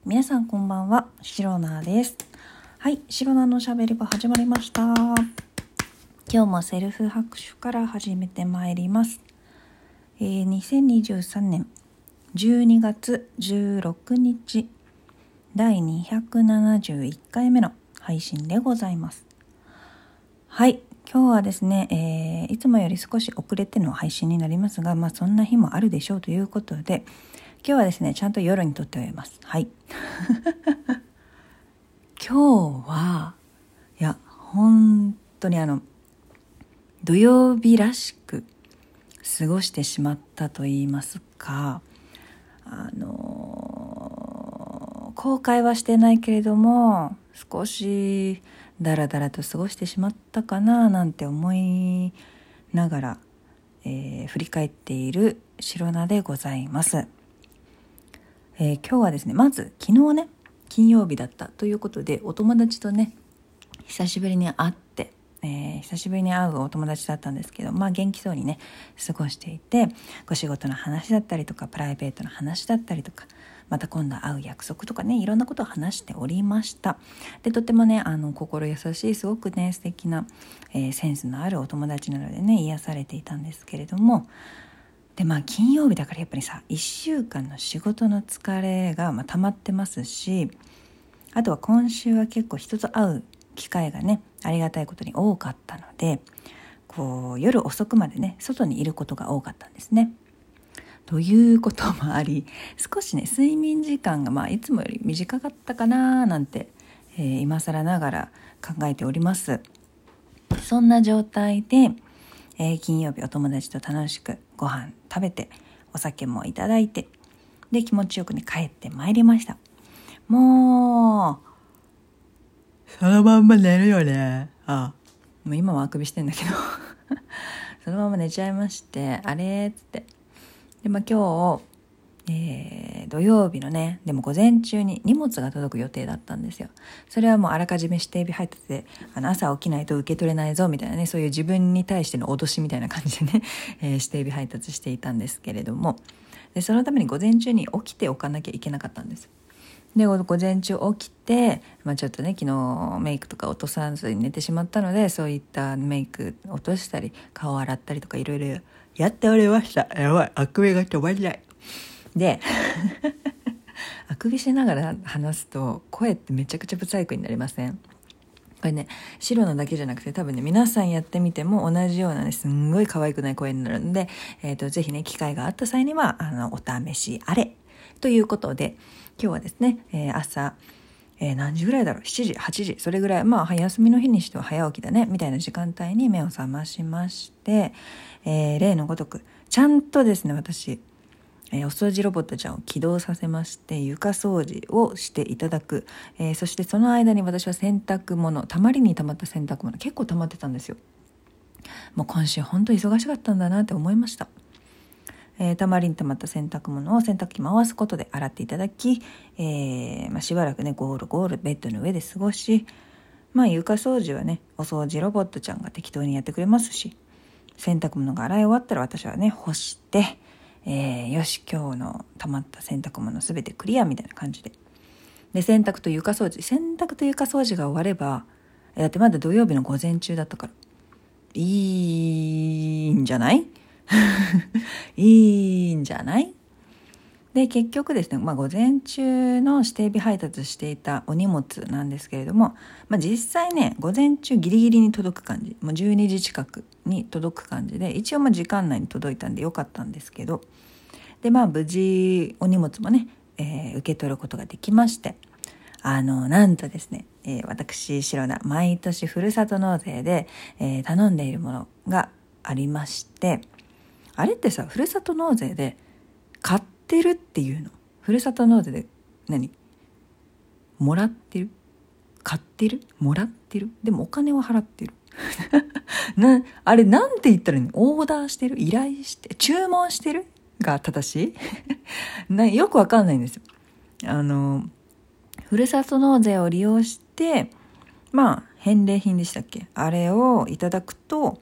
皆さんこんばんは、シロナです。はい、シロナのしゃべり場始まりました。今日もセルフ拍手から始めてまいります。2023年12月16日第271回目の配信でございます。はい、今日はですね、いつもより少し遅れての配信になりますが、そんな日もあるでしょうということで、今日はですねちゃんと夜に撮っております。はい今日はいや本当に土曜日らしく過ごしてしまったと言いますか、後悔はしてないけれども少しだらだらと過ごしてしまったかななんて思いながら、振り返っているシロナでございます。今日はですね、まず昨日ね金曜日だったということでお友達とね久しぶりに会って、久しぶりに会うお友達だったんですけど、元気そうにね過ごしていて、ご仕事の話だったりとかプライベートの話だったりとか、また今度会う約束とかね、いろんなことを話しておりました。でとてもね心優しいすごくね素敵な、センスのあるお友達なのでね癒されていたんですけれども、で金曜日だからやっぱりさ1週間の仕事の疲れが溜まってますし、あとは今週は結構人と会う機会がねありがたいことに多かったので、夜遅くまでね外にいることが多かったんですね。ということもあり、少しね睡眠時間がいつもより短かったかななんて、今更ながら考えております。そんな状態で、金曜日お友達と楽しくご飯食べてお酒もいただいて、で気持ちよくね帰ってまいりました。もうそのまんま寝るよね。もう今はあくびしてんだけどそのまま寝ちゃいまして、あれっつって、で今日、土曜日のねでも午前中に荷物が届く予定だったんですよ。それはもうあらかじめ指定日配達で朝起きないと受け取れないぞみたいなね、そういう自分に対しての脅しみたいな感じでね、指定日配達していたんですけれども、でそのために午前中に起きておかなきゃいけなかったんです。で午前中起きて、ちょっとね昨日メイクとか落とさずに寝てしまったので、そういったメイク落としたり顔洗ったりとかいろいろやっておりました。やばい、あくびが止まりない。であくびしながら話すと声ってめちゃくちゃ不細工になりません？これね白のだけじゃなくて多分ね皆さんやってみても同じようなねすんごい可愛くない声になるので、ぜひね機会があった際にはお試しあれということで、今日はですね、朝、何時ぐらいだろう、7時8時それぐらい、休みの日にしては早起きだねみたいな時間帯に目を覚ましまして、例のごとくちゃんとですね私お掃除ロボットちゃんを起動させまして床掃除をしていただく、そしてその間に私は洗濯物、たまりにたまった洗濯物結構たまってたんですよ。もう今週本当忙しかったんだなって思いました。たまりにたまった洗濯物を洗濯機回すことで洗っていただき、しばらくねゴールベッドの上で過ごし、床掃除はねお掃除ロボットちゃんが適当にやってくれますし、洗濯物が洗い終わったら私はね干して、よし今日のたまった洗濯物すべてクリアみたいな感じで、洗濯と床掃除が終われば、だってまだ土曜日の午前中だったからいいんじゃないいいんじゃない。で結局ですね、午前中の指定日配達していたお荷物なんですけれども、実際ね午前中ギリギリに届く感じ、もう12時近くに届く感じで、一応時間内に届いたんでよかったんですけど、で無事お荷物もね、受け取ることができまして、なんとですね、私シロナ毎年ふるさと納税で、頼んでいるものがありまして、あれってさふるさと納税で買ってるっていうの？ふるさと納税でもらってる？買ってる？もらってる？でもお金を払ってるあれなんて言ったらいいの？オーダーしてる？依頼して？注文してる？が正しいよくわかんないんですよ。ふるさと納税を利用して返礼品でしたっけ、あれをいただくと、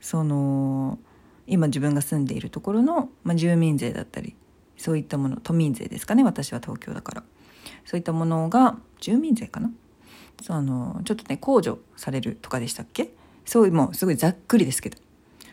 今自分が住んでいるところの、住民税だったりそういったもの、都民税ですかね、私は東京だからそういったものが住民税かな、ちょっとね控除されるとかでしたっけ。そういうもうすごいざっくりですけど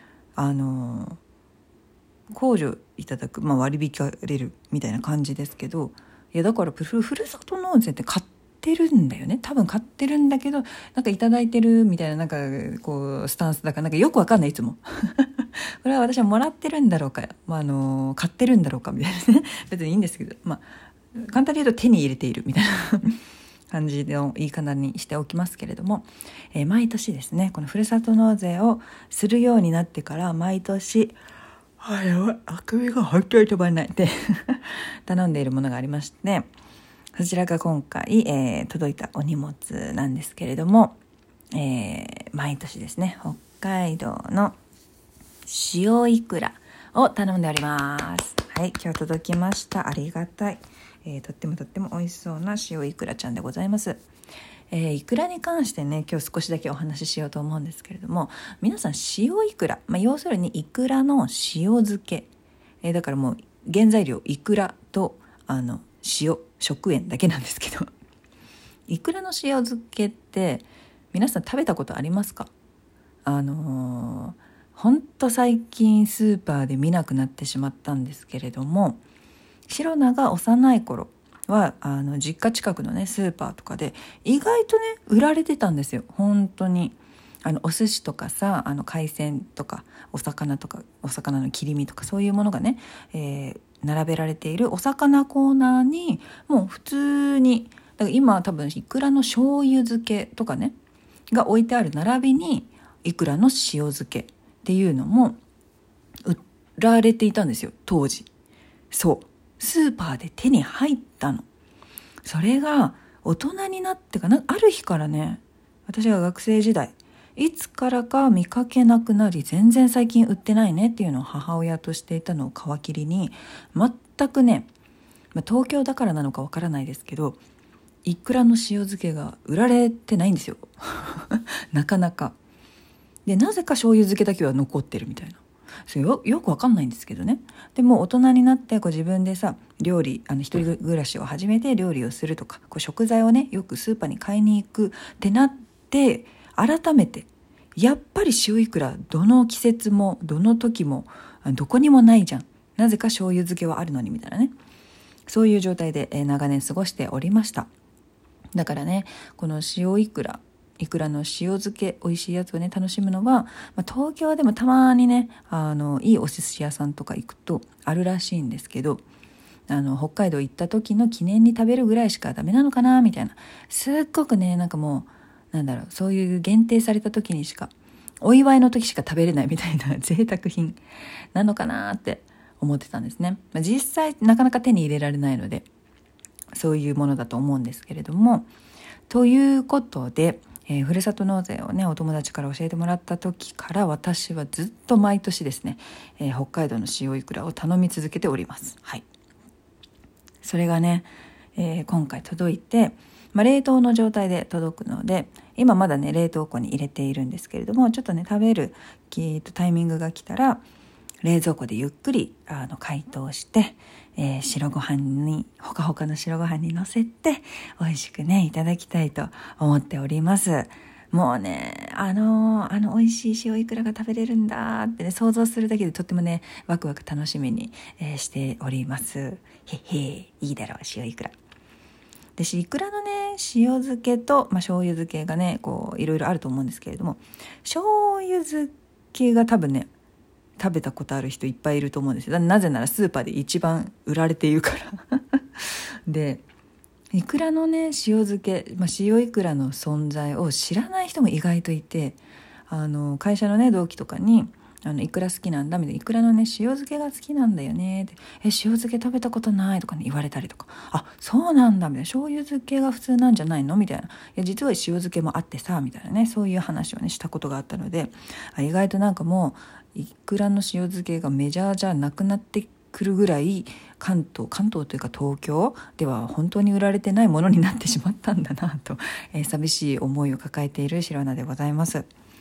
控除いただく、割引かれるみたいな感じですけど、いやだからふるさと納税って買ってるんだよね、多分買ってるんだけどなんかいただいてるみたいな、なんかこうスタンスだからなんかよくわかんないいつもこれは私はもらってるんだろうか、買ってるんだろうかみたいなね別にいいんですけど、簡単に言うと手に入れているみたいな感じの言い方にしておきますけれども、毎年ですねこのふるさと納税をするようになってから毎年やばい、あくびが本当に飛ばないって頼んでいるものがありまして、そちらが今回、届いたお荷物なんですけれども、毎年ですね北海道の塩いくらを頼んでおります。はい、今日届きました。ありがたい、とっても美味しそうな塩いくらちゃんでございます。いくらに関してね今日少しだけお話ししようと思うんですけれども、皆さん塩いくら、要するにいくらの塩漬け、だからもう原材料いくらと塩食塩だけなんですけどいくらの塩漬けって皆さん食べたことありますか？ほんと最近スーパーで見なくなってしまったんですけれども、シロナが幼い頃は実家近くのねスーパーとかで意外とね売られてたんですよ。本当にお寿司とかさ海鮮とかお魚とかお魚の切り身とかそういうものがね、並べられているお魚コーナーにもう普通にだから今多分いくらの醤油漬けとかねが置いてある並びにいくらの塩漬けっていうのも売られていたんですよ当時。そうスーパーで手に入ったの。それが大人になってかな、ある日からね私が学生時代いつからか見かけなくなり、全然最近売ってないねっていうのを母親としていたのを皮切りに全くね、東京だからなのかわからないですけどいくらの塩漬けが売られてないんですよなかなかで、なぜか醤油漬けだけは残ってるみたいな、それよくわかんないんですけどね。でも大人になって自分でさ料理一人暮らしを始めて料理をするとか食材をねよくスーパーに買いに行くってなって改めてやっぱり塩いくらどの季節もどの時もどこにもないじゃん、なぜか醤油漬けはあるのにみたいなね、そういう状態で長年過ごしておりました。だからねこの塩いくらの塩漬け美味しいやつをね楽しむのは、東京でもたまにねいいお寿司屋さんとか行くとあるらしいんですけど、北海道行った時の記念に食べるぐらいしかダメなのかなみたいな、すっごくねなんかもうそういう限定された時にしかお祝いの時しか食べれないみたいな贅沢品なのかなって思ってたんですね。実際なかなか手に入れられないのでそういうものだと思うんですけれども、ということでふるさと納税をねお友達から教えてもらった時から私はずっと毎年ですね、北海道の塩いくらを頼み続けております。はい、それがね、今回届いて、冷凍の状態で届くので今まだね冷凍庫に入れているんですけれども、ちょっとね食べるタイミングが来たら冷蔵庫でゆっくり解凍して、白ご飯にほかほかの白ご飯に乗せて美味しくねいただきたいと思っております。もうね美味しい塩いくらが食べれるんだってね想像するだけでとってもねワクワク楽しみに、しております。いいだろう塩いくらで、いくらのね塩漬けと、醤油漬けがねいろいろあると思うんですけれども、醤油漬けが多分ね食べたことある人いっぱいいると思うんですよ。なぜならスーパーで一番売られているからで、いくらのね塩漬け、塩いくらの存在を知らない人も意外といて、会社のね同期とかにいくら好きなんだみたいな、いくらのね塩漬けが好きなんだよねって、塩漬け食べたことないとかね言われたりとか、あそうなんだみたいな、醤油漬けが普通なんじゃないのみたいな、いや実は塩漬けもあってさみたいなね、そういう話をねしたことがあったので、意外となんかもういくらの塩漬けがメジャーじゃなくなってくるぐらい関東というか東京では本当に売られてないものになってしまったんだなと、寂しい思いを抱えているシロナでございます。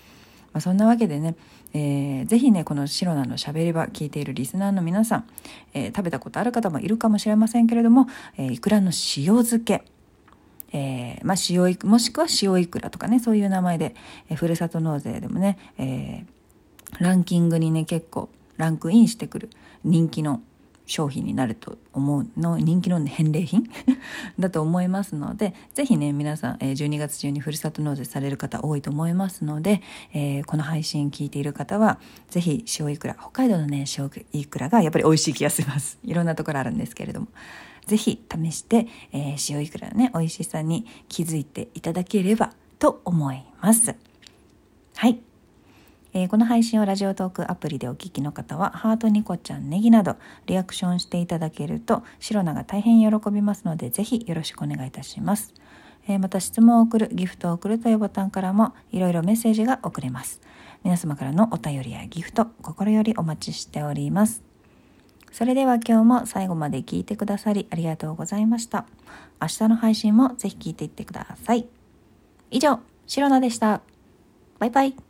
そんなわけでね、ぜひねこのシロナのしゃべり場聞いているリスナーの皆さん、食べたことある方もいるかもしれませんけれども、いくらの塩漬け、もしくは塩いくらとかね、そういう名前で、ふるさと納税でもね、ランキングにね結構ランクインしてくる人気の商品になると思うの、人気の返礼品だと思いますので、ぜひね皆さん、12月中にふるさと納税される方多いと思いますので、この配信聞いている方はぜひ塩いくら、北海道のね塩いくらがやっぱり美味しい気がします。いろんなところあるんですけれども、ぜひ試して、塩いくらのね美味しさに気づいていただければと思います。はい、この配信をラジオトークアプリでお聞きの方はハート、ニコちゃん、ネギなどリアクションしていただけるとシロナが大変喜びますので、ぜひよろしくお願いいたします。また質問を送る、ギフトを送るというボタンからもいろいろメッセージが送れます。皆様からのお便りやギフト、心よりお待ちしております。それでは今日も最後まで聞いてくださりありがとうございました。明日の配信もぜひ聞いていってください。以上、シロナでした。バイバイ。